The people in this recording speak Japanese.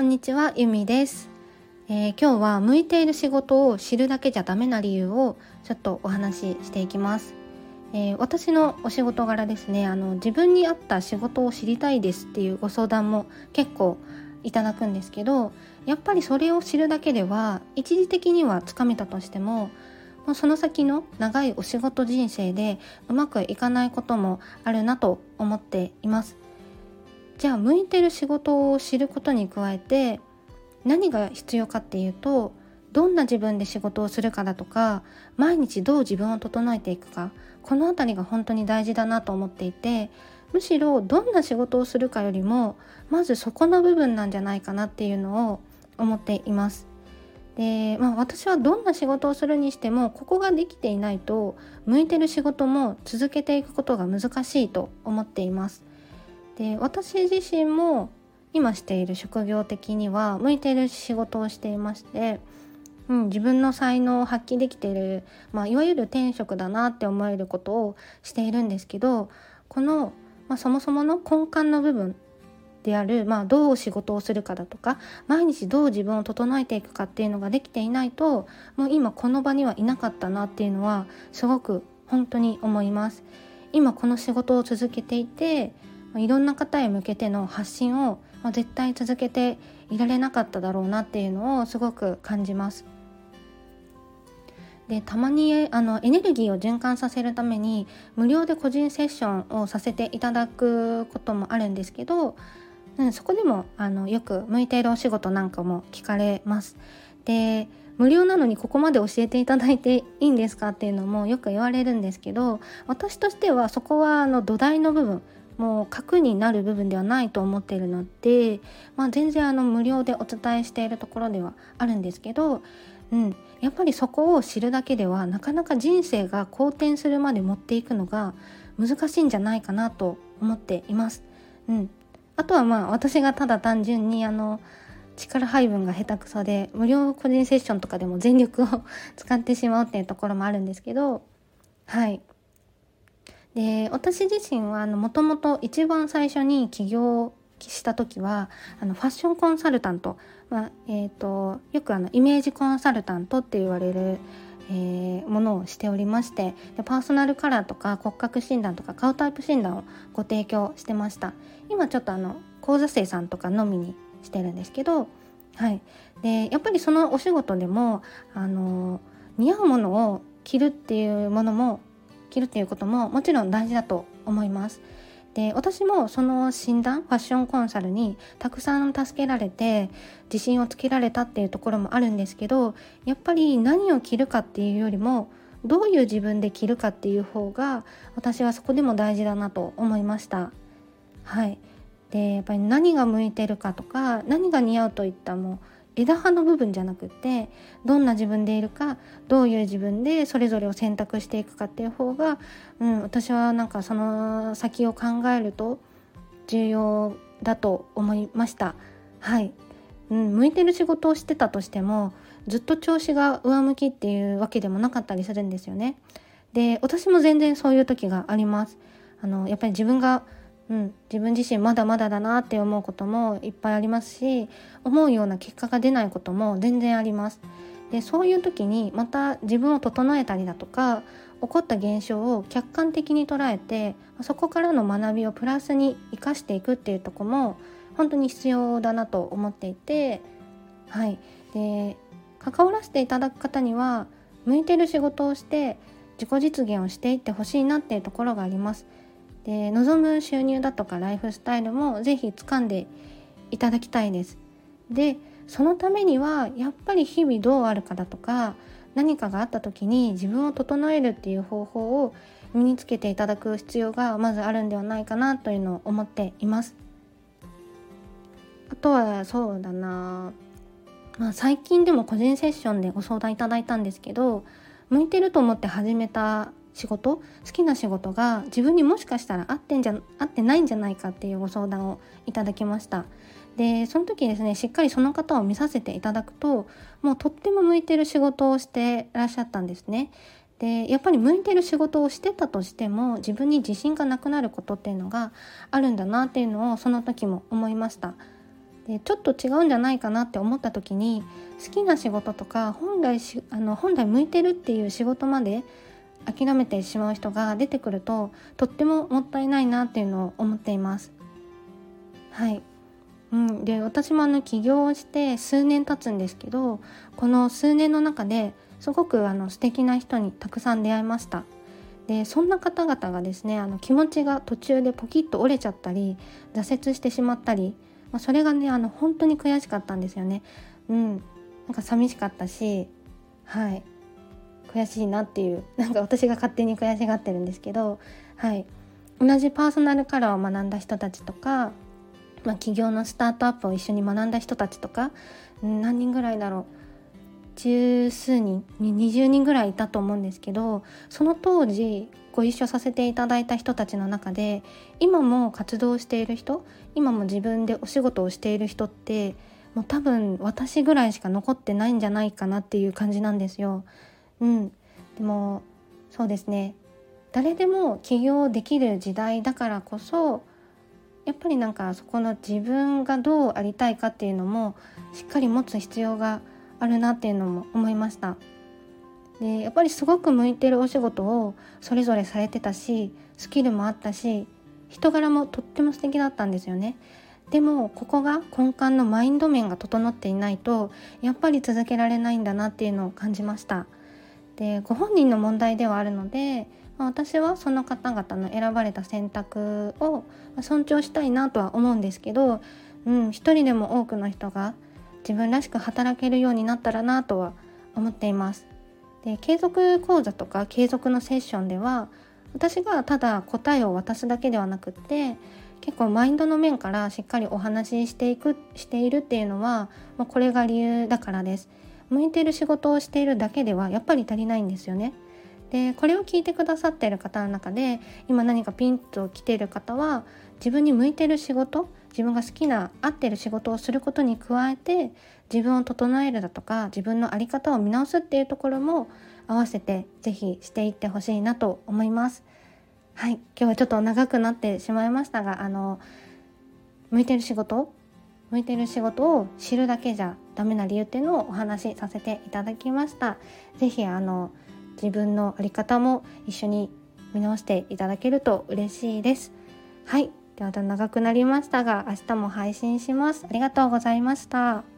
んにちは、ゆみです。今日は向いている仕事を知るだけじゃダメな理由をちょっとお話ししていきます。私のお仕事柄ですね、自分に合った仕事を知りたいですっていうご相談も結構いただくんですけど、やっぱりそれを知るだけでは一時的にはつかめたとしても、その先の長いお仕事人生でうまくいかないこともあるなと思っています。じゃあ向いてる仕事を知ることに加えて何が必要かっていうと、どんな自分で仕事をするかだとか、毎日どう自分を整えていくか、このあたりが本当に大事だなと思っていて、むしろどんな仕事をするかよりもまずそこの部分なんじゃないかなっていうのを思っています。で、私はどんな仕事をするにしてもここができていないと向いてる仕事も続けていくことが難しいと思っています。で、私自身も今している職業的には向いている仕事をしていまして、自分の才能を発揮できている、いわゆる天職だなって思えることをしているんですけど、この、そもそもの根幹の部分である、どう仕事をするかだとか、毎日どう自分を整えていくかっていうのができていないと、もう今この場にはいなかったなっていうのはすごく本当に思います。今この仕事を続けていて、いろんな方へ向けての発信を絶対続けていられなかっただろうなっていうのをすごく感じます。で、たまにエネルギーを循環させるために無料で個人セッションをさせていただくこともあるんですけど、そこでもよく向いているお仕事なんかも聞かれます。で、無料なのにここまで教えていただいていいんですかっていうのもよく言われるんですけど、私としてはそこは土台の部分、もう核になる部分ではないと思っているので、全然無料でお伝えしているところではあるんですけど、やっぱりそこを知るだけではなかなか人生が好転するまで持っていくのが難しいんじゃないかなと思っています。あとは私がただ単純に力配分が下手くそで無料個人セッションとかでも全力を使ってしまうっていうところもあるんですけど、で、私自身はもともと一番最初に起業した時はファッションコンサルタント、よくイメージコンサルタントって言われる、ものをしておりまして、でパーソナルカラーとか骨格診断とか顔タイプ診断をご提供してました。今ちょっと講座生さんとかのみにしてるんですけど、でやっぱりそのお仕事でも似合うものを着るっていうことももちろん大事だと思います。で、私もその診断、ファッションコンサルにたくさん助けられて自信をつけられたっていうところもあるんですけど、やっぱり何を着るかっていうよりもどういう自分で着るかっていう方が私はそこでも大事だなと思いました。で、やっぱり何が向いてるかとか何が似合うといった枝葉の部分じゃなくて、どんな自分でいるか、どういう自分でそれぞれを選択していくかっていう方が、私はその先を考えると重要だと思いました。向いてる仕事をしてたとしてもずっと調子が上向きっていうわけでもなかったりするんですよね。で、私も全然そういう時があります。やっぱり自分自身まだまだだなって思うこともいっぱいありますし、思うような結果が出ないことも全然あります。で、そういう時にまた自分を整えたりだとか、起こった現象を客観的に捉えてそこからの学びをプラスに生かしていくっていうところも本当に必要だなと思っていて、で、関わらせていただく方には向いてる仕事をして自己実現をしていってほしいなっていうところがあります。で、望む収入だとかライフスタイルもぜひ掴んでいただきたいです。で、そのためにはやっぱり日々どうあるかだとか、何かがあった時に自分を整えるっていう方法を身につけていただく必要がまずあるんではないかなというのを思っています。あとはそうだな、最近でも個人セッションでご相談いただいたんですけど、向いてると思って始めた好きな仕事が自分にもしかしたら合ってないんじゃないかっていうご相談をいただきました。で、その時ですね、しっかりその方を見させていただくと、もうとっても向いてる仕事をしていらっしゃったんですね。で、やっぱり向いてる仕事をしてたとしても自分に自信がなくなることっていうのがあるんだなっていうのをその時も思いました。 でちょっと違うんじゃないかなって思った時に、好きな仕事とか本来向いてるっていう仕事まで諦めてしまう人が出てくると、とってももったいないなっていうのを思っています。はい。で私も起業をして数年経つんですけど、この数年の中ですごく素敵な人にたくさん出会いました。でそんな方々がですね、気持ちが途中でポキッと折れちゃったり挫折してしまったり、それがね本当に悔しかったんですよね。なんか寂しかったし、はい、悔しいなっていう、なんか私が勝手に悔しがってるんですけど、はい、同じパーソナルカラーを学んだ人たちとか、起業のスタートアップを一緒に学んだ人たちとか、何人ぐらいだろう、十数人20人ぐらいいたと思うんですけど、その当時ご一緒させていただいた人たちの中で今も活動している人、今も自分でお仕事をしている人って、もう多分私ぐらいしか残ってないんじゃないかなっていう感じなんですよ。でもそうですね、誰でも起業できる時代だからこそ、やっぱりなんかそこの自分がどうありたいかっていうのもしっかり持つ必要があるなっていうのも思いました。でやっぱりすごく向いてるお仕事をそれぞれされてたし、スキルもあったし、人柄もとっても素敵だったんですよね。でもここが根幹のマインド面が整っていないとやっぱり続けられないんだなっていうのを感じました。でご本人の問題ではあるので、私はその方々の選ばれた選択を尊重したいなとは思うんですけど、一人でも多くの人が自分らしく働けるようになったらなとは思っています。で継続講座とか継続のセッションでは、私がただ答えを渡すだけではなくって、結構マインドの面からしっかりお話ししているっていうのは、これが理由だからです。向いている仕事をしているだけではやっぱり足りないんですよね。でこれを聞いてくださっている方の中で今何かピンと来ている方は、自分に向いている仕事、自分が好きな合っている仕事をすることに加えて、自分を整えるだとか自分の在り方を見直すっていうところも合わせてぜひしていってほしいなと思います。はい、今日はちょっと長くなってしまいましたが、向いている仕事を知るだけじゃダメな理由っていうのをお話しさせていただきました。ぜひ自分の在り方も一緒に見直していただけると嬉しいです。はい、では長くなりましたが明日も配信します。ありがとうございました。